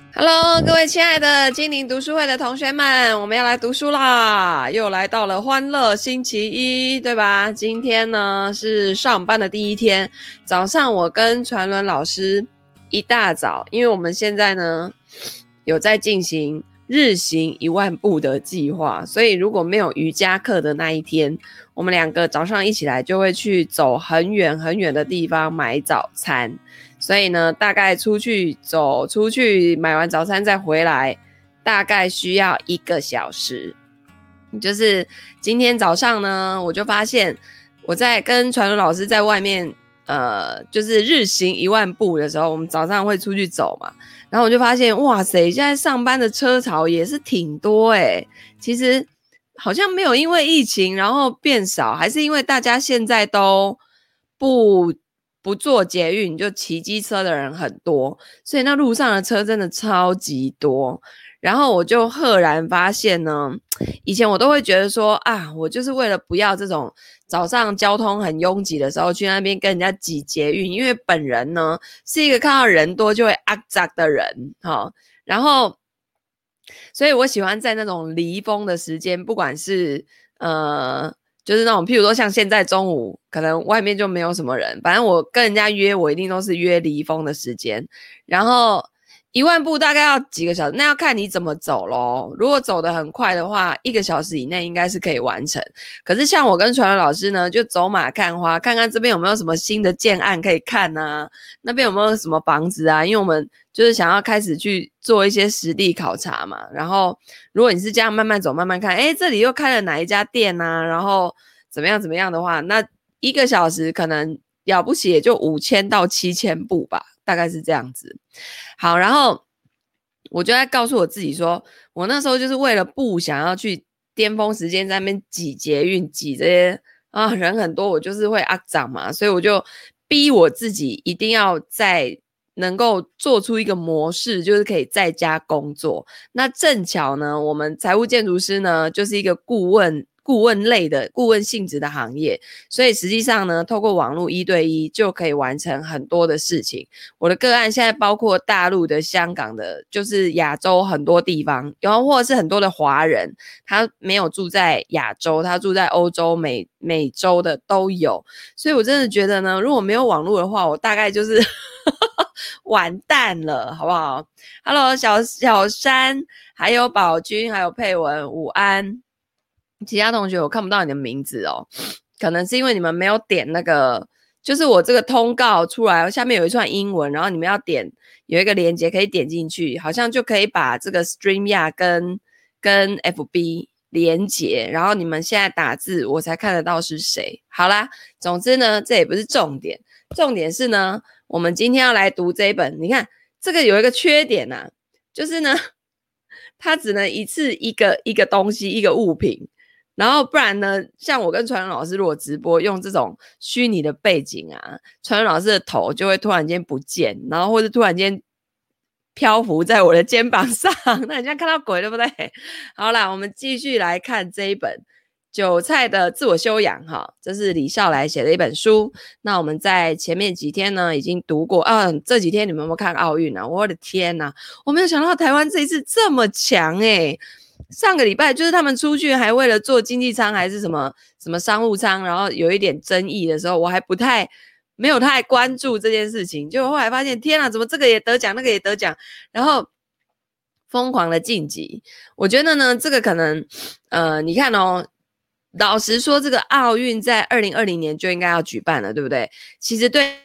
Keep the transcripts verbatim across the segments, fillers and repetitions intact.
Hello，各位亲爱的精灵读书会的同学们，我们要来读书啦！又来到了欢乐星期一，对吧？今天呢是上班的第一天，早上我跟传伦老师一大早，因为我们现在呢有在进行日行一万步的计划，所以如果没有瑜伽课的那一天，我们两个早上一起来就会去走很远很远的地方买早餐。所以呢，大概出去走，出去买完早餐再回来，大概需要一个小时。就是今天早上呢，我就发现我在跟传伦老师在外面，呃，就是日行一万步的时候，我们早上会出去走嘛，然后我就发现，哇塞，现在上班的车潮也是挺多欸。其实好像没有因为疫情然后变少，还是因为大家现在都不。不坐捷运就骑机车的人很多，所以那路上的车真的超级多。然后我就赫然发现呢，以前我都会觉得说啊，我就是为了不要这种早上交通很拥挤的时候去那边跟人家挤捷运，因为本人呢是一个看到人多就会阿杂的人，齁，然后所以我喜欢在那种离峰的时间，不管是呃。就是那种，譬如说像现在中午，可能外面就没有什么人。反正我跟人家约，我一定都是约离峰的时间。然后一万步大概要几个小时，那要看你怎么走咯。如果走得很快的话，一个小时以内应该是可以完成。可是像我跟传文老师呢，就走马看花，看看这边有没有什么新的建案可以看啊，那边有没有什么房子啊？因为我们就是想要开始去做一些实地考察嘛。然后如果你是这样慢慢走慢慢看，诶，这里又开了哪一家店啊，然后怎么样怎么样的话，那一个小时可能了不起也就五千到七千步吧，大概是这样子。好，然后我就在告诉我自己说，我那时候就是为了不想要去巅峰时间在那边挤捷运挤这些啊人很多，我就是会阿长嘛，所以我就逼我自己一定要在能够做出一个模式，就是可以在家工作。那正巧呢，我们财务建筑师呢，就是一个顾问。顾问类的顾问性质的行业，所以实际上呢，透过网络一对一就可以完成很多的事情。我的个案现在包括大陆的、香港的，就是亚洲很多地方，然后或者是很多的华人，他没有住在亚洲，他住在欧洲、美美洲的都有。所以我真的觉得呢，如果没有网络的话，我大概就是完蛋了，好不好 ？Hello， 小小山，还有宝君，还有佩文，午安。其他同学我看不到你的名字哦，可能是因为你们没有点那个，就是我这个通告出来下面有一串英文，然后你们要点有一个连结可以点进去，好像就可以把这个 StreamYard 跟跟 F B 连结，然后你们现在打字我才看得到是谁。好啦，总之呢这也不是重点，重点是呢我们今天要来读这一本，你看这个有一个缺点啊，就是呢它只能一次一个一个东西一个物品，然后不然呢，像我跟传文老师如果直播用这种虚拟的背景啊，传文老师的头就会突然间不见，然后或者突然间漂浮在我的肩膀上，那很像看到鬼，对不对？好啦，我们继续来看这一本韭菜的自我修养哈，这是李笑来写的一本书。那我们在前面几天呢已经读过啊，这几天你们有没有看奥运啊？我的天哪，我没有想到台湾这一次这么强欸。上个礼拜就是他们出去还为了做经济舱还是什么什么商务舱，然后有一点争议的时候，我还不太没有太关注这件事情，就后来发现天啊，怎么这个也得奖那个也得奖，然后疯狂的晋级。我觉得呢这个可能呃你看哦，老实说这个奥运在二零二零年就应该要举办了，对不对？其实对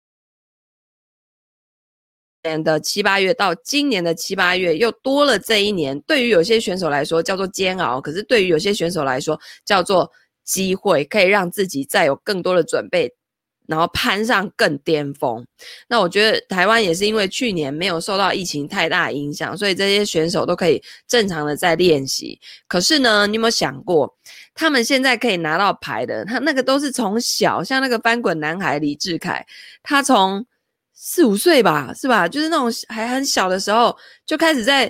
年的七八月到今年的七八月又多了这一年，对于有些选手来说叫做煎熬，可是对于有些选手来说叫做机会，可以让自己再有更多的准备，然后攀上更巅峰。那我觉得台湾也是因为去年没有受到疫情太大影响，所以这些选手都可以正常的在练习。可是呢，你有没有想过他们现在可以拿到牌的，他那个都是从小，像那个翻滚男孩李智凯，他从四五岁吧，是吧？就是那种还很小的时候就开始在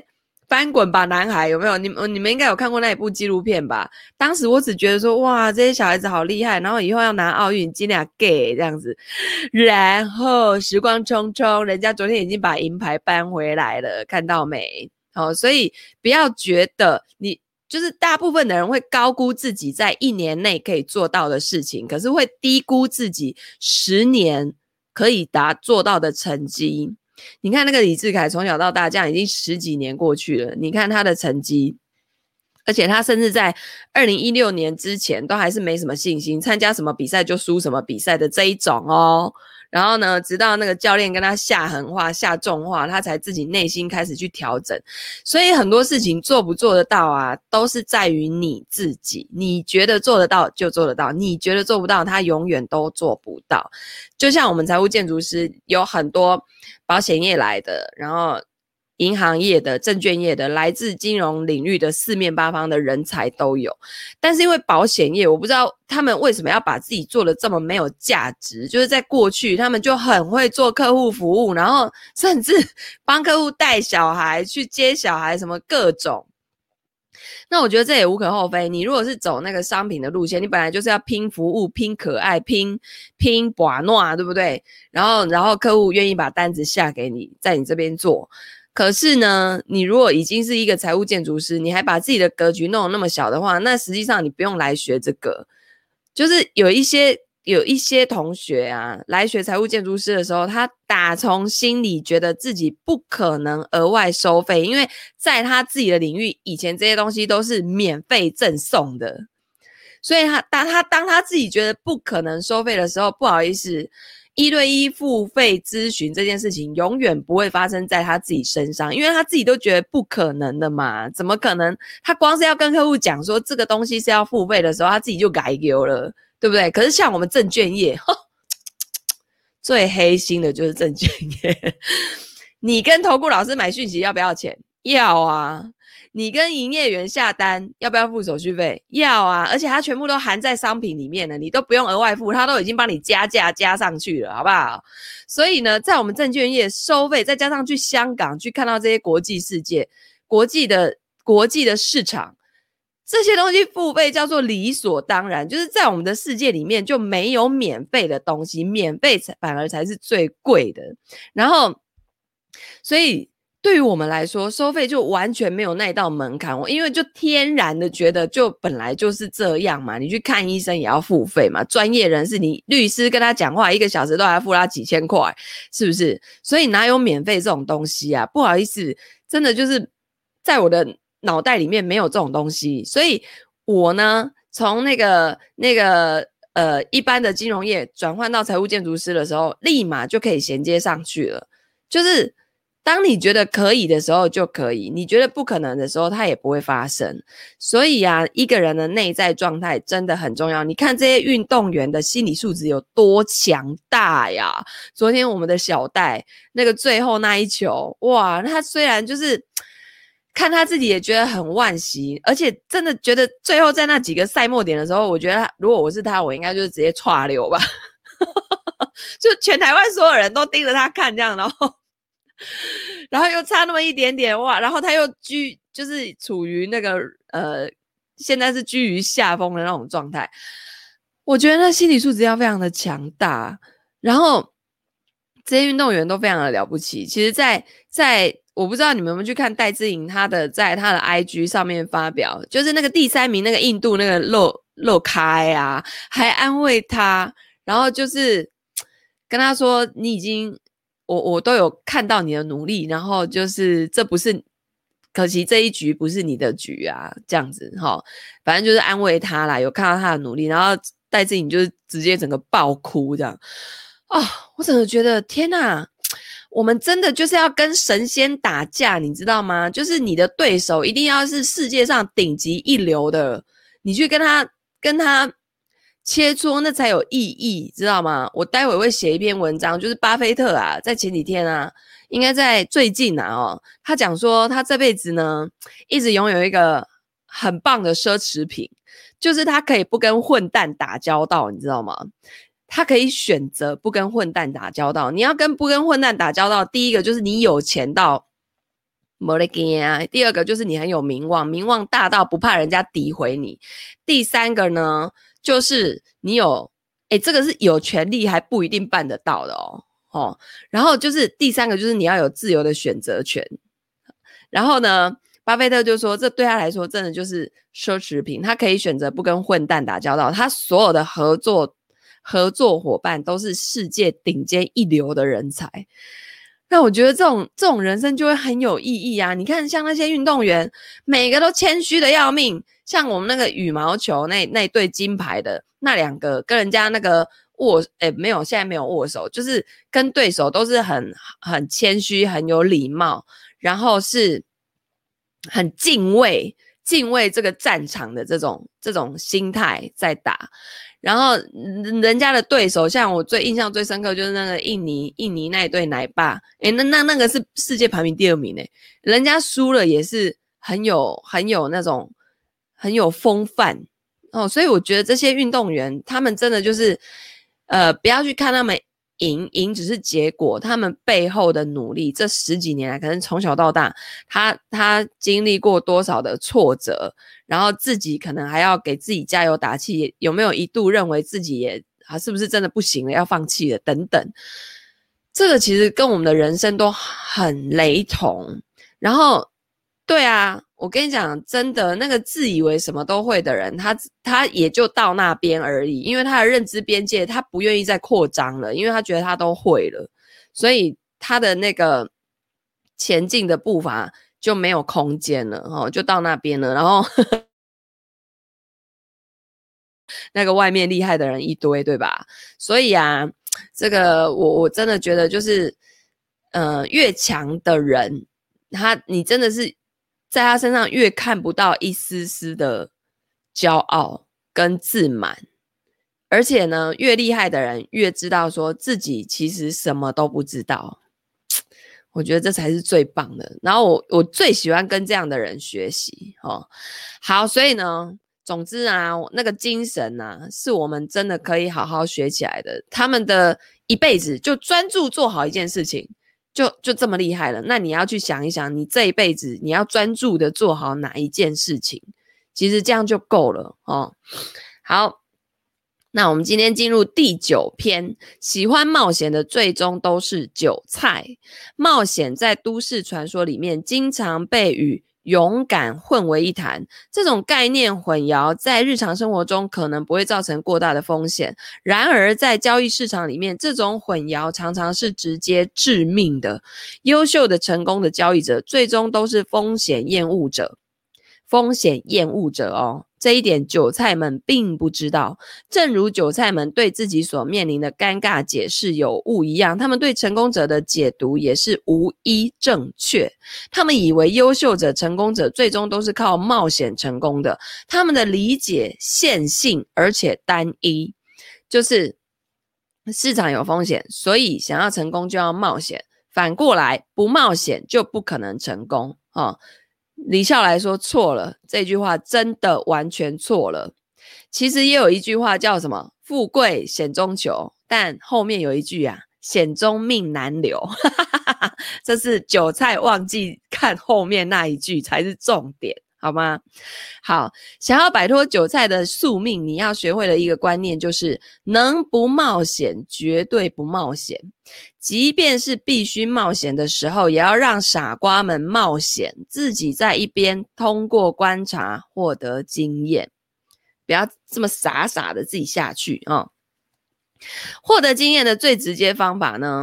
翻滚吧男孩有没有？你们你们应该有看过那一部纪录片吧？当时我只觉得说，哇，这些小孩子好厉害，然后以后要拿奥运金俩 gay 这样子。然后时光匆匆，人家昨天已经把银牌搬回来了，看到没？好，所以不要觉得你就是大部分的人会高估自己在一年内可以做到的事情，可是会低估自己十年可以达做到的成绩。你看那个李智凯从小到大这样已经十几年过去了，你看他的成绩，而且他甚至在二零一六年之前都还是没什么信心，参加什么比赛就输什么比赛的这一种哦。然后呢，直到那个教练跟他下狠话下重话，他才自己内心开始去调整。所以很多事情做不做得到啊，都是在于你自己，你觉得做得到就做得到，你觉得做不到他永远都做不到。就像我们财务建筑师有很多保险业来的，然后银行业的、证券业的，来自金融领域的四面八方的人才都有。但是因为保险业，我不知道他们为什么要把自己做得这么没有价值，就是在过去他们就很会做客户服务，然后甚至帮客户带小孩去接小孩什么各种。那我觉得这也无可厚非，你如果是走那个商品的路线，你本来就是要拼服务、拼可爱、拼拼把诺，对不对？然后然后客户愿意把单子下给你，在你这边做。可是呢，你如果已经是一个财务建筑师，你还把自己的格局弄得那么小的话，那实际上你不用来学这个。就是有一些有一些同学啊，来学财务建筑师的时候，他打从心里觉得自己不可能额外收费，因为在他自己的领域，以前这些东西都是免费赠送的。所以他当他当他自己觉得不可能收费的时候，不好意思，一对一付费咨询这件事情永远不会发生在他自己身上，因为他自己都觉得不可能的嘛，怎么可能？他光是要跟客户讲说这个东西是要付费的时候，他自己就改丢了，对不对？可是像我们证券业，呵最黑心的就是证券业。你跟投顾老师买讯息要不要钱？要啊。你跟营业员下单要不要付手续费？要啊，而且它全部都含在商品里面了，你都不用额外付，它都已经帮你加价加上去了，好不好？所以呢，在我们证券业收费，再加上去香港去看到这些国际世界、国际的国际的市场，这些东西付费叫做理所当然，就是在我们的世界里面就没有免费的东西，免费反而才是最贵的。然后，所以对于我们来说，收费就完全没有那一道门槛，因为就天然的觉得就本来就是这样嘛，你去看医生也要付费嘛，专业人士你律师跟他讲话一个小时都还付他几千块，是不是？所以哪有免费这种东西啊？不好意思，真的就是在我的脑袋里面没有这种东西，所以我呢，从那个那个呃一般的金融业转换到财务建筑师的时候，立马就可以衔接上去了，就是当你觉得可以的时候就可以，你觉得不可能的时候它也不会发生。所以啊，一个人的内在状态真的很重要。你看这些运动员的心理素质有多强大呀。昨天我们的小戴那个最后那一球，哇，他虽然就是看他自己也觉得很惋惜，而且真的觉得最后在那几个赛末点的时候，我觉得如果我是他，我应该就是直接唰流吧。就全台湾所有人都盯着他看这样，然后然后又差那么一点点，哇，然后他又居就是处于那个呃现在是居于下风的那种状态。我觉得那心理素质要非常的强大，然后这些运动员都非常的了不起。其实在在我不知道你们有没有去看戴资颖他的在他的 I G 上面发表，就是那个第三名那个印度那个洛洛开啊，还安慰他，然后就是跟他说你已经我我都有看到你的努力，然后就是这不是可惜这一局不是你的局啊，这样子齁，反正就是安慰他啦，有看到他的努力，然后戴资颖就是直接整个爆哭这样啊、哦，我真的觉得天哪，我们真的就是要跟神仙打架，你知道吗？就是你的对手一定要是世界上顶级一流的，你去跟他跟他切磋，那才有意义，知道吗？我待会会写一篇文章，就是巴菲特啊，在前几天啊，应该在最近啊哦，他讲说他这辈子呢，一直拥有一个很棒的奢侈品，就是他可以不跟混蛋打交道，你知道吗？他可以选择不跟混蛋打交道。你要跟不跟混蛋打交道，第一个就是你有钱到没得惊啊。第二个就是你很有名望，名望大到不怕人家诋毁你。第三个呢，就是你有，诶，这个是有权利还不一定办得到的哦。哦，然后就是第三个就是你要有自由的选择权。然后呢，巴菲特就说，这对他来说真的就是奢侈品，他可以选择不跟混蛋打交道，他所有的合作合作伙伴都是世界顶尖一流的人才。那我觉得这种这种人生就会很有意义啊！你看，像那些运动员，每个都谦虚的要命。像我们那个羽毛球那那对金牌的那两个，跟人家那个握，诶，没有，现在没有握手，就是跟对手都是很很谦虚、很有礼貌，然后是很敬畏敬畏这个战场的这种这种心态在打。然后人家的对手，像我最印象最深刻就是那个印尼印尼那一对奶爸，诶，那那那个是世界排名第二名诶，人家输了也是很有很有那种很有风范哦。所以我觉得这些运动员，他们真的就是呃，不要去看他们赢赢只是结果，他们背后的努力，这十几年来可能从小到大，他他经历过多少的挫折，然后自己可能还要给自己加油打气，有没有一度认为自己也啊是不是真的不行了，要放弃了等等。这个其实跟我们的人生都很雷同。然后对啊，我跟你讲，真的那个自以为什么都会的人，他他也就到那边而已，因为他的认知边界他不愿意再扩张了，因为他觉得他都会了，所以他的那个前进的步伐就没有空间了，哦，就到那边了。然后那个外面厉害的人一堆，对吧？所以啊，这个我我真的觉得就是呃，越强的人，他你真的是在他身上越看不到一丝丝的骄傲跟自满，而且呢，越厉害的人越知道说自己其实什么都不知道。我觉得这才是最棒的。然后我我最喜欢跟这样的人学习哦。好，所以呢，总之啊，那个精神啊，是我们真的可以好好学起来的。他们的一辈子就专注做好一件事情。就就这么厉害了，那你要去想一想，你这一辈子你要专注的做好哪一件事情，其实这样就够了哦。好，那我们今天进入第九篇，喜欢冒险的最终都是韭菜。冒险在都市传说里面经常被与勇敢混为一谈，这种概念混淆在日常生活中可能不会造成过大的风险，然而在交易市场里面，这种混淆常常是直接致命的。优秀的成功的交易者最终都是风险厌恶者，风险厌恶者哦，这一点韭菜们并不知道。正如韭菜们对自己所面临的尴尬解释有误一样，他们对成功者的解读也是无一正确。他们以为优秀者、成功者最终都是靠冒险成功的，他们的理解线性而且单一，就是市场有风险，所以想要成功就要冒险，反过来不冒险就不可能成功哦。李笑来说错了，这句话真的完全错了。其实也有一句话叫什么富贵险中求，但后面有一句啊，险中命难留。这是韭菜忘记看后面那一句才是重点，好吗？好，想要摆脱韭菜的宿命，你要学会的一个观念就是能不冒险绝对不冒险，即便是必须冒险的时候，也要让傻瓜们冒险，自己在一边通过观察获得经验，不要这么傻傻的自己下去哦。获得经验的最直接方法呢，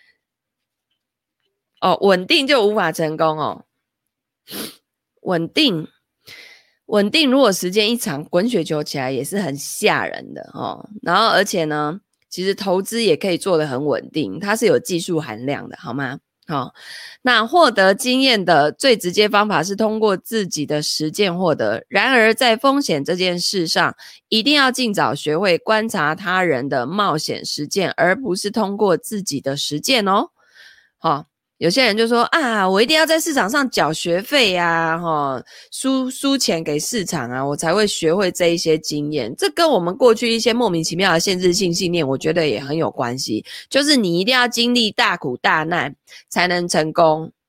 哦，稳定就无法成功哦。稳定，稳定，如果时间一长，滚雪球起来也是很吓人的哦。然后，而且呢，其实投资也可以做得很稳定，它是有技术含量的，好吗？好、哦，那获得经验的最直接方法是通过自己的实践获得。然而，在风险这件事上，一定要尽早学会观察他人的冒险实践，而不是通过自己的实践哦。好、哦。有些人就说啊，我一定要在市场上缴学费啊，齁，输输钱给市场啊，我才会学会这一些经验。这跟我们过去一些莫名其妙的限制性信念，我觉得也很有关系。就是你一定要经历大苦大难才能成功，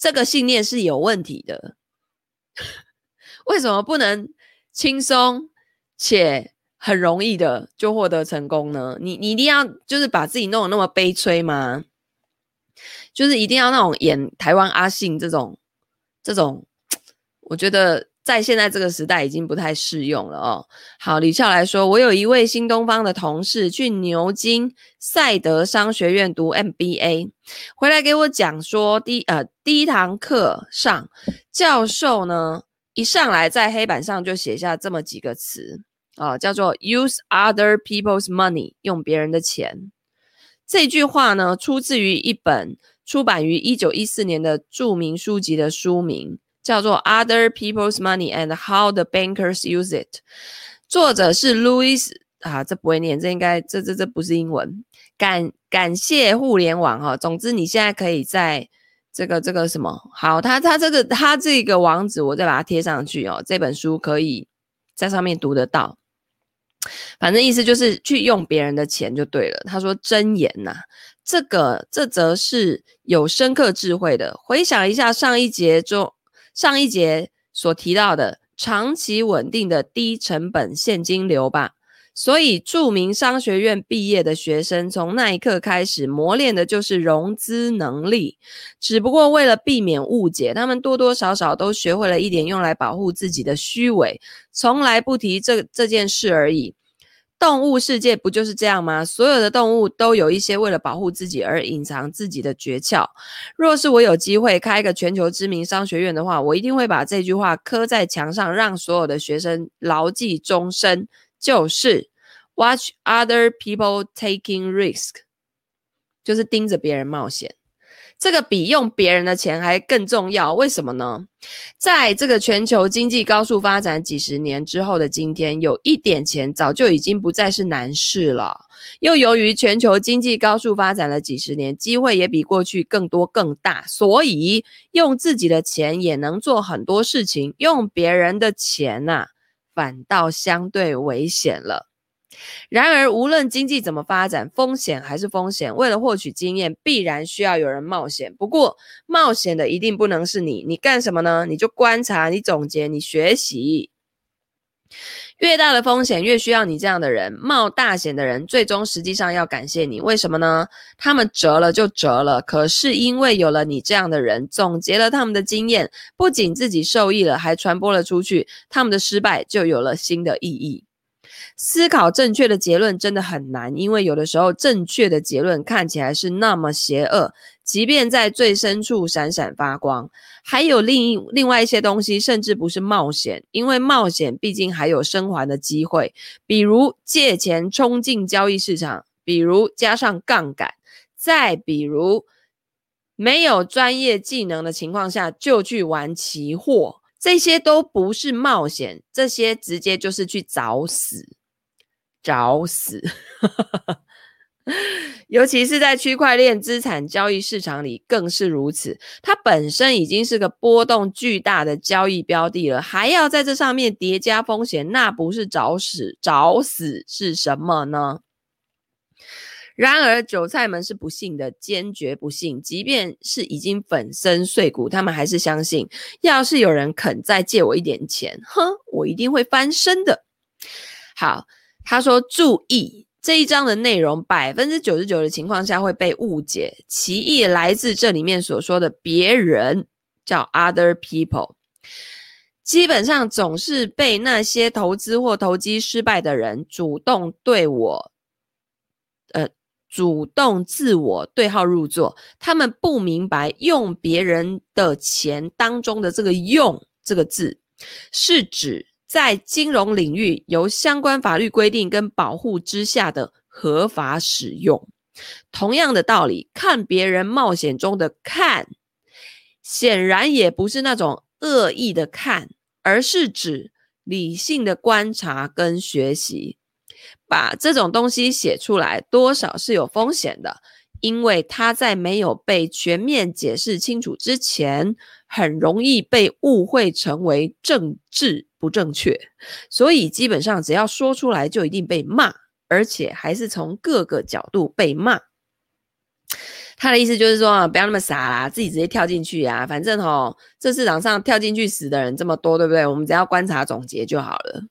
这个信念是有问题的。为什么不能轻松且很容易的就获得成功呢？你你一定要就是把自己弄得那么悲催吗？就是一定要那种演台湾阿信这种这种，我觉得在现在这个时代已经不太适用了哦。好，李俏来说，我有一位新东方的同事去牛津赛德商学院读 M B A， 回来给我讲说，第呃第一堂课上，教授呢一上来在黑板上就写下这么几个词啊、呃，叫做 use other people's money， 用别人的钱。这句话呢，出自于一本出版于一九一四年的著名书籍的书名，叫做 Other People's Money and How the Bankers Use It。作者是 Louis 啊，这不会念，这应该这这这不是英文。感感谢互联网哈、哦，总之你现在可以在这个这个什么好，他他这个他这个网址我再把它贴上去哦，这本书可以在上面读得到。反正意思就是去用别人的钱就对了。他说箴言呐、啊，这个这则是有深刻智慧的。回想一下上一节中上一节所提到的长期稳定的低成本现金流吧。所以著名商学院毕业的学生从那一刻开始磨练的就是融资能力，只不过为了避免误解，他们多多少少都学会了一点用来保护自己的虚伪，从来不提这这件事而已。动物世界不就是这样吗？所有的动物都有一些为了保护自己而隐藏自己的诀窍。若是我有机会开一个全球知名商学院的话，我一定会把这句话刻在墙上，让所有的学生牢记终身，就是 watch other people taking risk， 就是盯着别人冒险。这个比用别人的钱还更重要，为什么呢？在这个全球经济高速发展几十年之后的今天，有一点钱早就已经不再是难事了。又由于全球经济高速发展了几十年，机会也比过去更多更大，所以用自己的钱也能做很多事情，用别人的钱啊，反倒相对危险了。然而无论经济怎么发展，风险还是风险，为了获取经验必然需要有人冒险。不过冒险的一定不能是你，你干什么呢？你就观察，你总结，你学习。越大的风险越需要你这样的人，冒大险的人最终实际上要感谢你。为什么呢？他们折了就折了，可是因为有了你这样的人，总结了他们的经验，不仅自己受益了，还传播了出去，他们的失败就有了新的意义。思考正确的结论真的很难，因为有的时候正确的结论看起来是那么邪恶，即便在最深处闪闪发光。还有另另外一些东西甚至不是冒险，因为冒险毕竟还有生还的机会，比如借钱冲进交易市场，比如加上杠杆，再比如没有专业技能的情况下就去玩期货，这些都不是冒险，这些直接就是去找死找死尤其是在区块链资产交易市场里更是如此，它本身已经是个波动巨大的交易标的了，还要在这上面叠加风险，那不是找死找死是什么呢？然而韭菜们是不信的，坚决不信，即便是已经粉身碎骨，他们还是相信要是有人肯再借我一点钱，哼，我一定会翻身的。好，他说注意这一章的内容 百分之九十九 的情况下会被误解，其意来自这里面所说的别人，叫 other people， 基本上总是被那些投资或投机失败的人主动对我呃主动自我对号入座，他们不明白用别人的钱当中的这个用这个字是指在金融领域由相关法律规定跟保护之下的合法使用。同样的道理，看别人冒险中的看，显然也不是那种恶意的看，而是指理性的观察跟学习。把这种东西写出来多少是有风险的，因为它在没有被全面解释清楚之前，很容易被误会成为政治不正确，所以基本上只要说出来就一定被骂，而且还是从各个角度被骂。 他的意思就是说，不要那么傻啦，自己直接跳进去啊，反正齁，这市场上跳进去死的人这么多，对不对？我们只要观察总结就好了。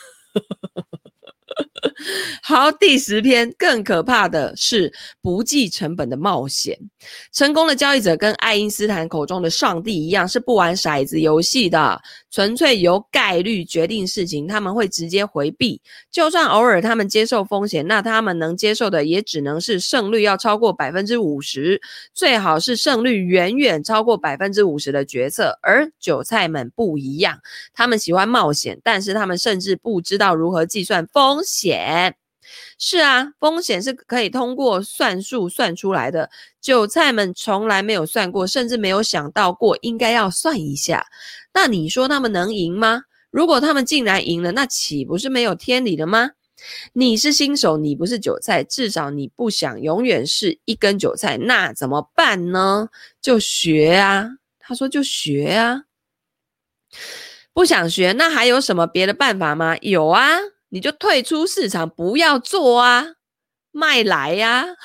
好，第十篇，更可怕的是不计成本的冒险。成功的交易者跟爱因斯坦口中的上帝一样，是不玩骰子游戏的，纯粹由概率决定事情，他们会直接回避。就算偶尔他们接受风险，那他们能接受的也只能是胜率要超过 百分之五十， 最好是胜率远远超过 百分之五十 的决策。而韭菜们不一样，他们喜欢冒险，但是他们甚至不知道如何计算风险。是啊，风险是可以通过算术算出来的，韭菜们从来没有算过，甚至没有想到过应该要算一下。那你说他们能赢吗？如果他们竟然赢了，那岂不是没有天理了吗？你是新手，你不是韭菜，至少你不想永远是一根韭菜，那怎么办呢？就学啊，他说就学啊。不想学，那还有什么别的办法吗？有啊，你就退出市场，不要做啊，卖来呀、啊。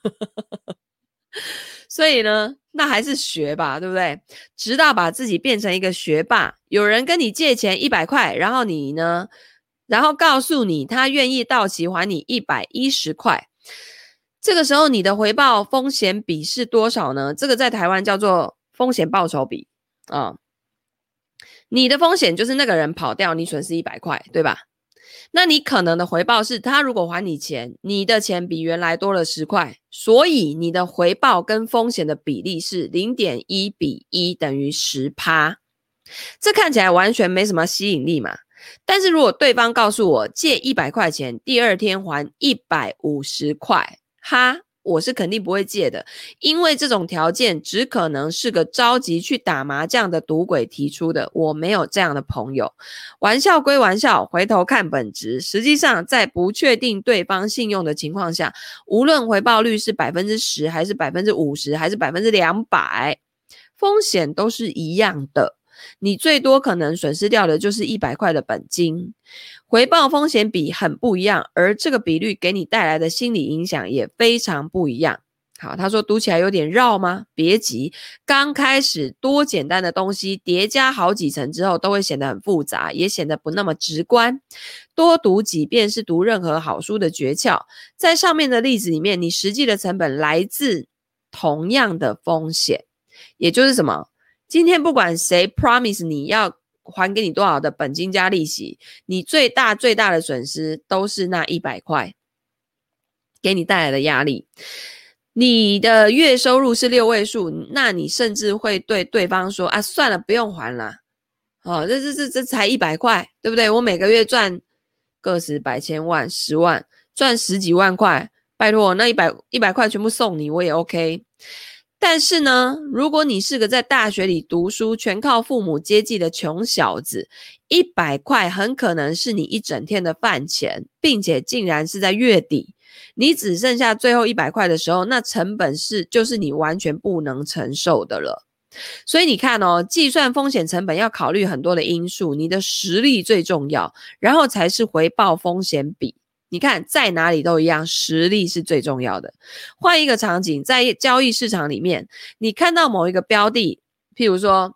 所以呢，那还是学吧，对不对？直到把自己变成一个学霸，有人跟你借钱一百块，然后你呢，然后告诉你他愿意到期还你一百一十块。这个时候你的回报风险比是多少呢？这个在台湾叫做风险报酬比啊、哦。你的风险就是那个人跑掉，你损失一百块，对吧？那你可能的回报是他如果还你钱，你的钱比原来多了十块，所以你的回报跟风险的比例是 零点一比一等于 百分之十。 这看起来完全没什么吸引力嘛。但是如果对方告诉我借一百块钱，第二天还一百五十块，哈，我是肯定不会借的，因为这种条件只可能是个着急去打麻将的赌鬼提出的，我没有这样的朋友。玩笑归玩笑，回头看本质，实际上在不确定对方信用的情况下，无论回报率是 百分之十 还是 百分之五十 还是 百分之两百， 风险都是一样的，你最多可能损失掉的就是一百块的本金。回报风险比很不一样，而这个比率给你带来的心理影响也非常不一样。好，他说读起来有点绕吗？别急，刚开始多简单的东西叠加好几层之后都会显得很复杂，也显得不那么直观。多读几遍是读任何好书的诀窍。在上面的例子里面，你实际的成本来自同样的风险，也就是什么？今天不管谁 promise 你要还给你多少的本金加利息，你最大最大的损失都是那一百块给你带来的压力。你的月收入是六位数，那你甚至会对对方说啊，算了，不用还了。哦，这这这这才一百块，对不对？我每个月赚个十百千万十万，赚十几万块，拜托，那一百一百块全部送你，我也 OK。但是呢，如果你是个在大学里读书全靠父母接济的穷小子，一百块很可能是你一整天的饭钱，并且竟然是在月底，你只剩下最后一百块的时候，那成本是就是你完全不能承受的了。所以你看哦，计算风险成本要考虑很多的因素，你的实力最重要，然后才是回报风险比。你看在哪里都一样，实力是最重要的。换一个场景，在交易市场里面，你看到某一个标的，譬如说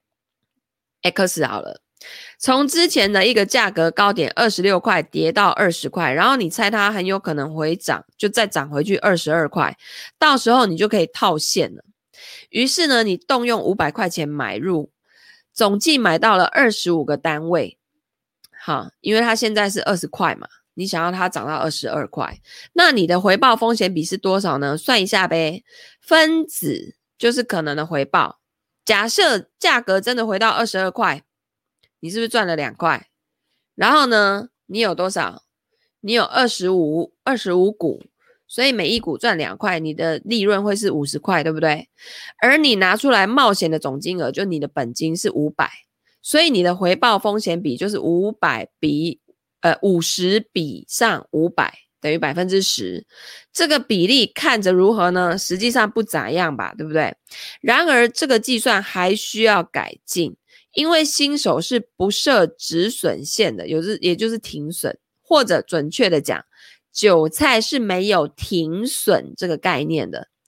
X 好了，从之前的一个价格高点二十六块跌到二十块，然后你猜它很有可能回涨，就再涨回去二十二块，到时候你就可以套现了。于是呢，你动用五百块钱买入，总计买到了二十五个单位。好，因为它现在是二十块嘛，你想要它涨到二十二块，那你的回报风险比是多少呢？算一下呗，分子就是可能的回报。假设价格真的回到二十二块，你是不是赚了两块？然后呢，你有多少？你有二十五股，所以每一股赚两块，你的利润会是五十块，对不对？而你拿出来冒险的总金额，就你的本金是五百，所以你的回报风险比就是五百比呃五十比上五百等于 百分之十。 这个比例看着如何呢？实际上不咋样吧，对不对？然而这个计算还需要改进，因为新手是不设止损线的，也就是停损，或者准确的讲，韭菜是没有停损这个概念的。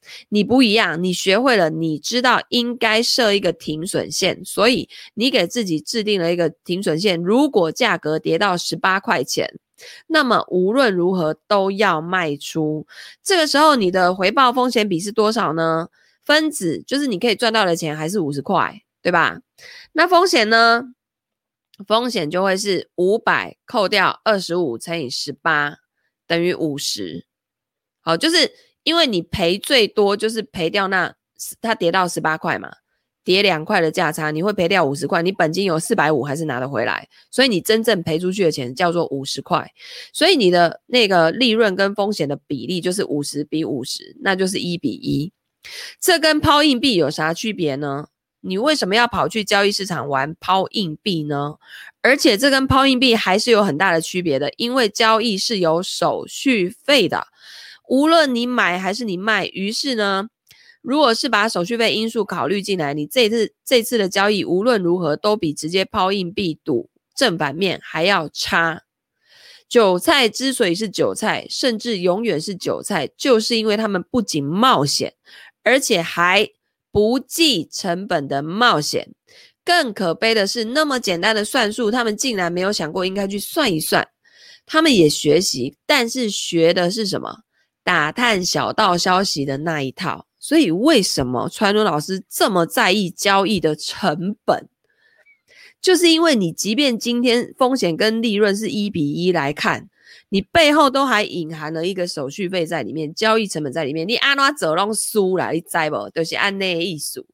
你不一样，你学会了，你知道应该设一个停损线，所以你给自己制定了一个停损线，如果价格跌到十八块钱，那么无论如何都要卖出。这个时候你的回报风险比是多少呢？分子就是你可以赚到的钱还是五十块，对吧？那风险呢？风险就会是五百扣掉二十五乘以十八等于五十。好，就是因为你赔最多就是赔掉那它跌到十八块嘛，跌两块的价差，你会赔掉五十块，你本金有四百五十还是拿得回来，所以你真正赔出去的钱叫做五十块，所以你的那个利润跟风险的比例就是五十比五十，那就是一比一。这跟抛硬币有啥区别呢？你为什么要跑去交易市场玩抛硬币呢？而且这跟抛硬币还是有很大的区别的，因为交易是有手续费的，无论你买还是你卖。于是呢，如果是把手续费因素考虑进来，你这次这次的交易无论如何都比直接抛硬币赌正反面还要差。韭菜之所以是韭菜，甚至永远是韭菜，就是因为他们不仅冒险，而且还不计成本的冒险。更可悲的是，那么简单的算术，他们竟然没有想过应该去算一算。他们也学习，但是学的是什么？打探小道消息的那一套。所以为什么川伦老师这么在意交易的成本？就是因为你即便今天风险跟利润是一比一来看，你背后都还隐含了一个手续费在里面，交易成本在里面。你按怎走拢输啦，你知不？就是按那个意思。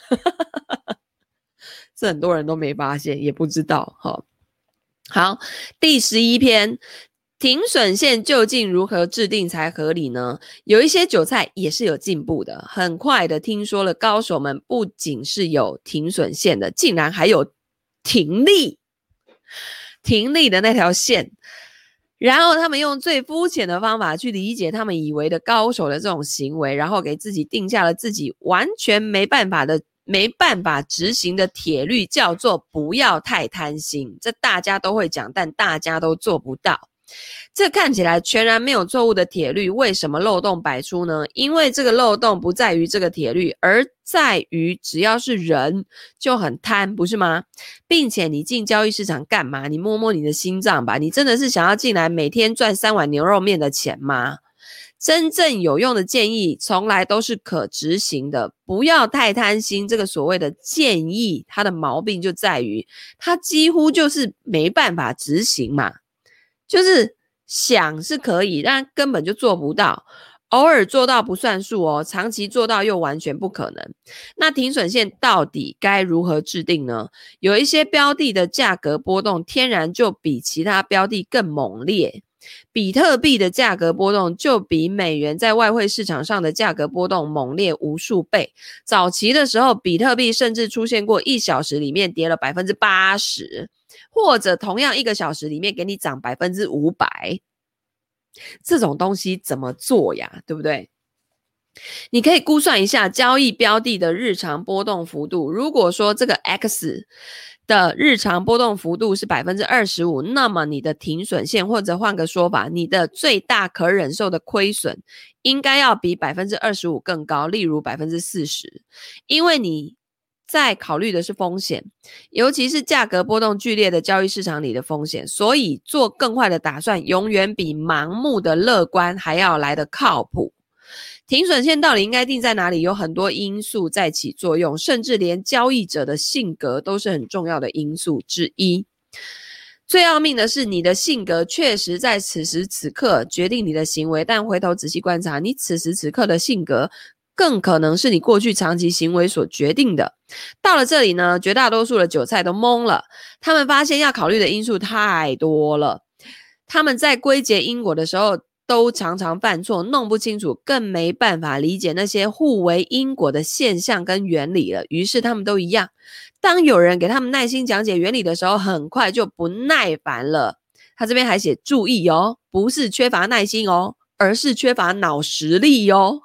这很多人都没发现，也不知道。齁，好，第十一篇，停损线究竟如何制定才合理呢？有一些韭菜也是有进步的，很快的听说了高手们不仅是有停损线的，竟然还有停利，停利的那条线。然后他们用最肤浅的方法去理解他们以为的高手的这种行为，然后给自己定下了自己完全没办法的没办法执行的铁律，叫做不要太贪心。这大家都会讲，但大家都做不到。这看起来全然没有错误的铁律，为什么漏洞百出呢？因为这个漏洞不在于这个铁律，而在于只要是人就很贪，不是吗？并且你进交易市场干嘛？你摸摸你的心脏吧，你真的是想要进来每天赚三碗牛肉面的钱吗？真正有用的建议从来都是可执行的，不要太贪心。这个所谓的建议，它的毛病就在于它几乎就是没办法执行嘛。就是想是可以，但根本就做不到，偶尔做到不算数哦，长期做到又完全不可能。那停损线到底该如何制定呢？有一些标的的价格波动天然就比其他标的更猛烈，比特币的价格波动就比美元在外汇市场上的价格波动猛烈无数倍。早期的时候，比特币甚至出现过一小时里面跌了 百分之八十，或者同样一个小时里面给你涨 百分之五百， 这种东西怎么做呀？对不对？你可以估算一下交易标的的日常波动幅度。如果说这个 X 的日常波动幅度是 百分之二十五， 那么你的停损线，或者换个说法，你的最大可忍受的亏损应该要比 百分之二十五 更高，例如 百分之四十。 因为你在考虑的是风险，尤其是价格波动剧烈的交易市场里的风险，所以做更坏的打算永远比盲目的乐观还要来得靠谱。停损线到底应该定在哪里？有很多因素在起作用，甚至连交易者的性格都是很重要的因素之一。最要命的是，你的性格确实在此时此刻决定你的行为，但回头仔细观察，你此时此刻的性格更可能是你过去长期行为所决定的。到了这里呢，绝大多数的韭菜都懵了，他们发现要考虑的因素太多了，他们在归结因果的时候都常常犯错，弄不清楚，更没办法理解那些互为因果的现象跟原理了。于是他们都一样，当有人给他们耐心讲解原理的时候，很快就不耐烦了。他这边还写注意哦，不是缺乏耐心哦，而是缺乏脑实力哦。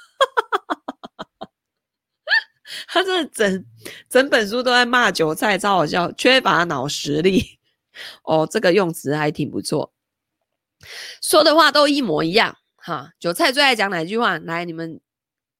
他这整整本书都在骂韭菜，超好笑，缺乏脑实力哦，这个用词还挺不错。说的话都一模一样哈，韭菜最爱讲哪句话？来，你们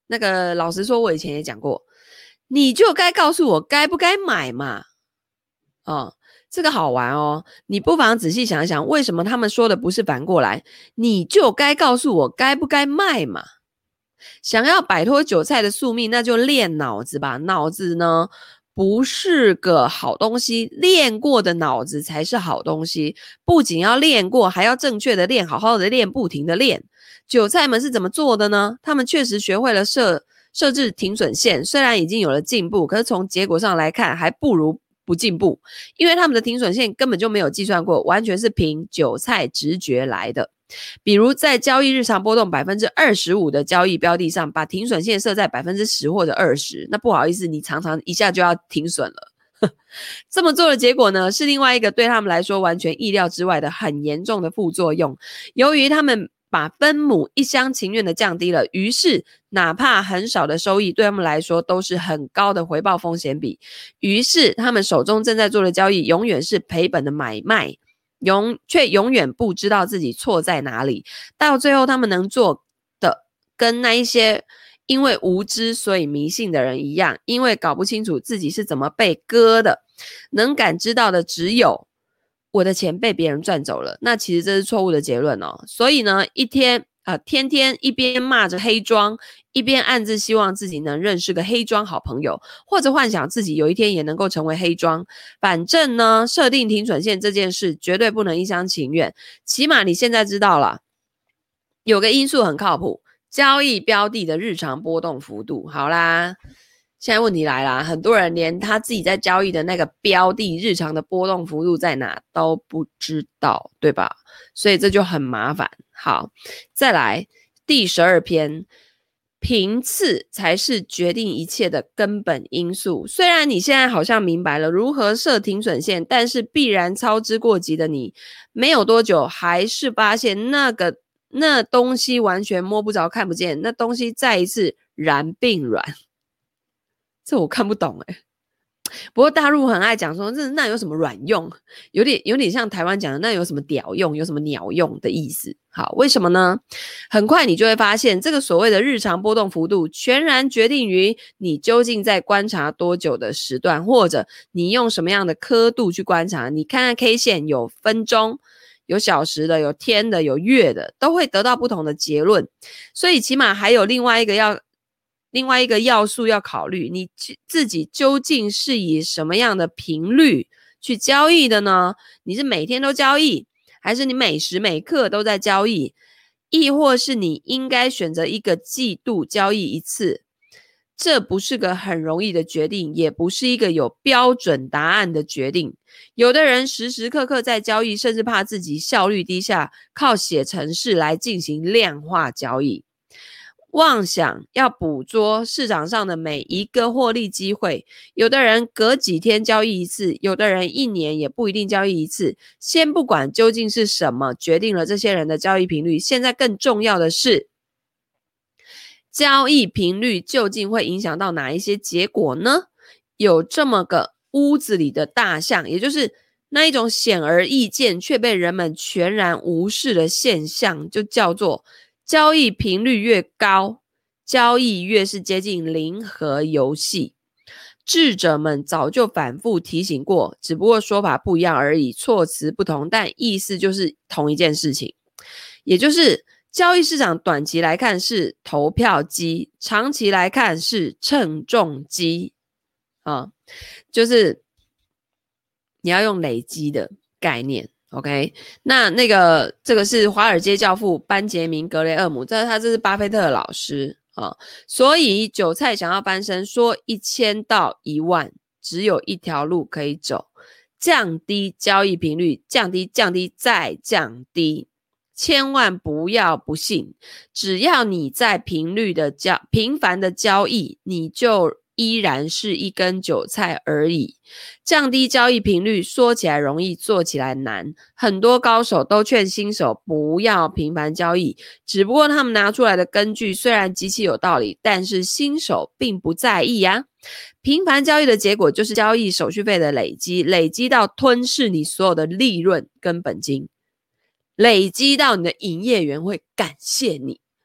那个老实说，我以前也讲过，你就该告诉我该不该买嘛。哦，这个好玩哦，你不妨仔细想一想，为什么他们说的不是反过来？你就该告诉我该不该卖嘛。想要摆脱韭菜的宿命，那就练脑子吧。脑子呢，不是个好东西，练过的脑子才是好东西。不仅要练过，还要正确的练，好好的练，不停的练。韭菜们是怎么做的呢？他们确实学会了设设置停损线，虽然已经有了进步，可是从结果上来看，还不如不进步，因为他们的停损线根本就没有计算过，完全是凭韭菜直觉来的。比如在交易日常波动 百分之二十五 的交易标的上，把停损线设在 百分之十 或者二十，那不好意思，你常常一下就要停损了。这么做的结果呢，是另外一个对他们来说完全意料之外的很严重的副作用。由于他们把分母一厢情愿的降低了，于是哪怕很少的收益对他们来说都是很高的回报风险比，于是他们手中正在做的交易永远是赔本的买卖，永却永远不知道自己错在哪里。到最后他们能做的跟那一些因为无知所以迷信的人一样，因为搞不清楚自己是怎么被割的，能感知到的只有我的钱被别人赚走了。那其实这是错误的结论哦。所以呢，一天呃，天天一边骂着黑庄，一边暗自希望自己能认识个黑庄好朋友，或者幻想自己有一天也能够成为黑庄。反正呢，设定停损线这件事绝对不能一厢情愿，起码你现在知道了，有个因素很靠谱，交易标的的日常波动幅度。好啦，现在问题来啦，很多人连他自己在交易的那个标的日常的波动幅度在哪都不知道，对吧？所以这就很麻烦。好，再来第十二篇，频次才是决定一切的根本因素。虽然你现在好像明白了如何设停损线，但是必然操之过急的你，没有多久还是发现那个那东西完全摸不着看不见，那东西再一次然并卵。这我看不懂诶、欸、不过大陆很爱讲说这那有什么卵用，有点有点像台湾讲的那有什么屌用，有什么鸟用的意思。好，为什么呢？很快你就会发现，这个所谓的日常波动幅度全然决定于你究竟在观察多久的时段，或者你用什么样的刻度去观察。你看看 K 线，有分钟，有小时的，有天的，有月的，都会得到不同的结论。所以起码还有另外一个要另外一个要素要考虑，你自己究竟是以什么样的频率去交易的呢？你是每天都交易，还是你每时每刻都在交易？亦或是你应该选择一个季度交易一次？这不是个很容易的决定，也不是一个有标准答案的决定。有的人时时刻刻在交易，甚至怕自己效率低下，靠写程式来进行量化交易。妄想要捕捉市场上的每一个获利机会，有的人隔几天交易一次，有的人一年也不一定交易一次。先不管究竟是什么决定了这些人的交易频率，现在更重要的是，交易频率究竟会影响到哪一些结果呢？有这么个屋子里的大象，也就是那一种显而易见却被人们全然无视的现象，就叫做交易频率越高，交易越是接近零和游戏。智者们早就反复提醒过，只不过说法不一样而已，措辞不同，但意思就是同一件事情。也就是交易市场短期来看是投票机，长期来看是称重机啊，就是你要用累积的概念。OK， 那那个这个是华尔街教父班杰明格雷厄姆，这他这是巴菲特的老师啊。所以韭菜想要翻身，说一千到一万，只有一条路可以走，降低交易频率，降低降低再降低。千万不要不信，只要你在频率的交频繁的交易，你就依然是一根韭菜而已。降低交易频率说起来容易，做起来难。很多高手都劝新手不要频繁交易，只不过他们拿出来的根据虽然极其有道理，但是新手并不在意啊。频繁交易的结果就是交易手续费的累积，累积到吞噬你所有的利润跟本金，累积到你的营业员会感谢你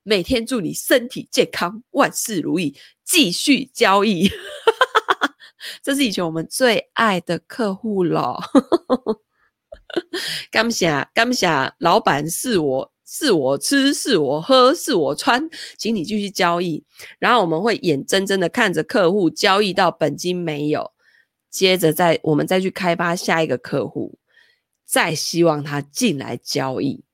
每天祝你身体健康，万事如意，继续交易。这是以前我们最爱的客户了。感谢感谢老板是我是我吃是我喝是我穿，请你继续交易。然后我们会眼睁睁的看着客户交易到本金没有，接着再我们再去开发下一个客户，再希望他进来交易。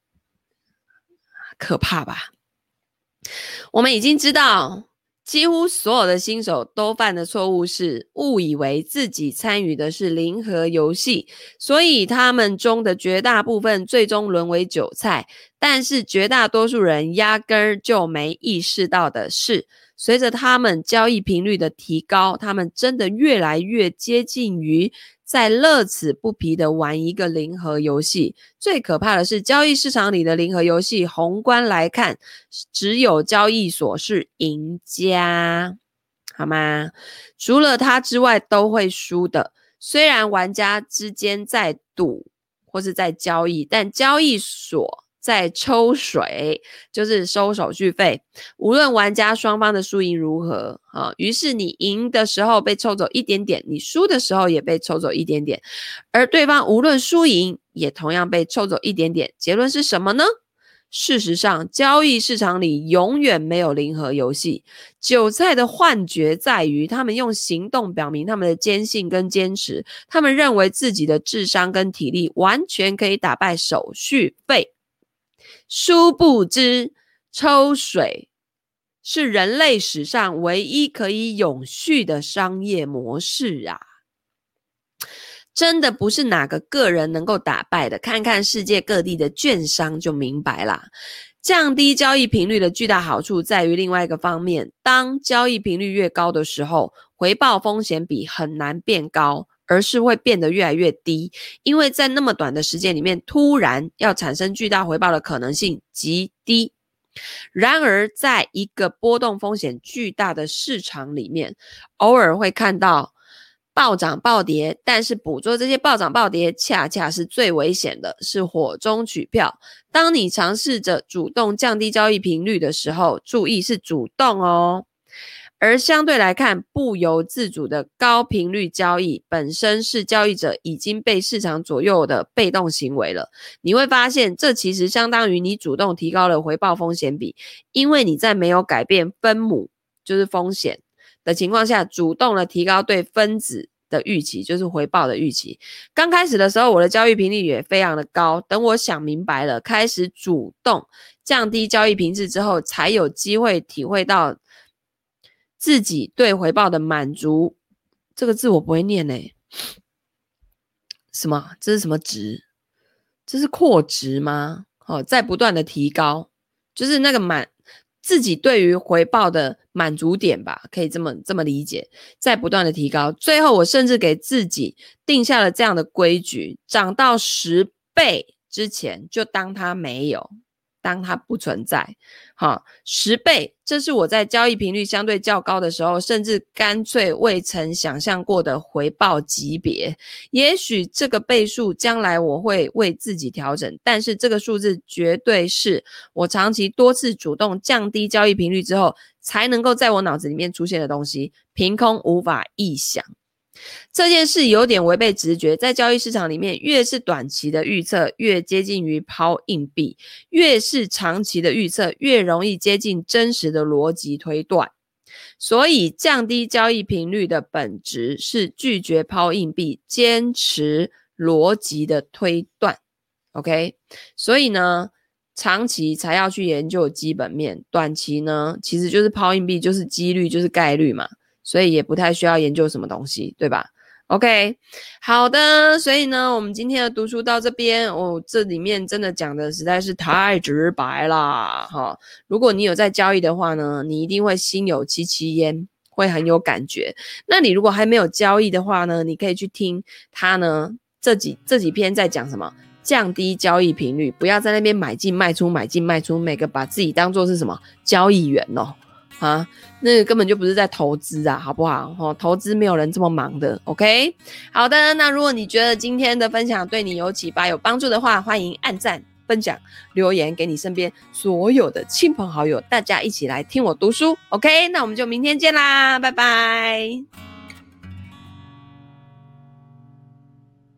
可怕吧？我们已经知道几乎所有的新手都犯的错误是误以为自己参与的是零和游戏，所以他们中的绝大部分最终沦为韭菜。但是绝大多数人压根儿就没意识到的是，随着他们交易频率的提高，他们真的越来越接近于在乐此不疲的玩一个零和游戏。最可怕的是，交易市场里的零和游戏，宏观来看，只有交易所是赢家，好吗？除了他之外都会输的。虽然玩家之间在赌或是在交易，但交易所在抽水，就是收手续费。无论玩家双方的输赢如何，啊，于是你赢的时候被抽走一点点，你输的时候也被抽走一点点，而对方无论输赢也同样被抽走一点点。结论是什么呢？事实上，交易市场里永远没有零和游戏。韭菜的幻觉在于，他们用行动表明他们的坚信跟坚持，他们认为自己的智商跟体力完全可以打败手续费。殊不知，抽水是人类史上唯一可以永续的商业模式啊！真的不是哪个个人能够打败的，看看世界各地的券商就明白啦。降低交易频率的巨大好处在于另外一个方面，当交易频率越高的时候，回报风险比很难变高，而是会变得越来越低，因为在那么短的时间里面，突然要产生巨大回报的可能性极低。然而，在一个波动风险巨大的市场里面，偶尔会看到暴涨暴跌，但是捕捉这些暴涨暴跌恰恰是最危险的，是火中取票。当你尝试着主动降低交易频率的时候，注意是主动哦。而相对来看，不由自主的高频率交易本身是交易者已经被市场左右的被动行为了。你会发现，这其实相当于你主动提高了回报风险比，因为你在没有改变分母，就是风险的情况下，主动的提高对分子的预期，就是回报的预期。刚开始的时候，我的交易频率也非常的高，等我想明白了，开始主动降低交易频次之后，才有机会体会到自己对回报的满足。这个字我不会念欸，什么？这是什么值？这是扩值吗？哦，在不断的提高，就是那个满自己对于回报的满足点吧，可以这么这么理解，在不断的提高。最后我甚至给自己定下了这样的规矩，涨到十倍之前就当它没有，当它不存在。好，十倍，这是我在交易频率相对较高的时候，甚至干脆未曾想象过的回报级别。也许这个倍数将来我会为自己调整，但是这个数字绝对是我长期多次主动降低交易频率之后，才能够在我脑子里面出现的东西，凭空无法臆想。这件事有点违背直觉，在交易市场里面，越是短期的预测，越接近于抛硬币；越是长期的预测，越容易接近真实的逻辑推断。所以，降低交易频率的本质是拒绝抛硬币，坚持逻辑的推断。OK， 所以呢，长期才要去研究基本面，短期呢，其实就是抛硬币，就是几率，就是概率嘛。所以也不太需要研究什么东西，对吧 ？OK， 好的，所以呢，我们今天的读书到这边，哦，这里面真的讲的实在是太直白啦，哈！如果你有在交易的话呢，你一定会心有戚戚焉，会很有感觉。那你如果还没有交易的话呢，你可以去听他呢这几这几篇在讲什么，降低交易频率，不要在那边买进卖出买进卖出，每个把自己当作是什么交易员哦。啊，那个根本就不是在投资啊，好不好？哦，投资没有人这么忙的 ，OK？ 好的，那如果你觉得今天的分享对你有启发、有帮助的话，欢迎按赞、 分享、留言给你身边所有的亲朋好友，大家一起来听我读书。OK， 那我们就明天见啦，拜拜。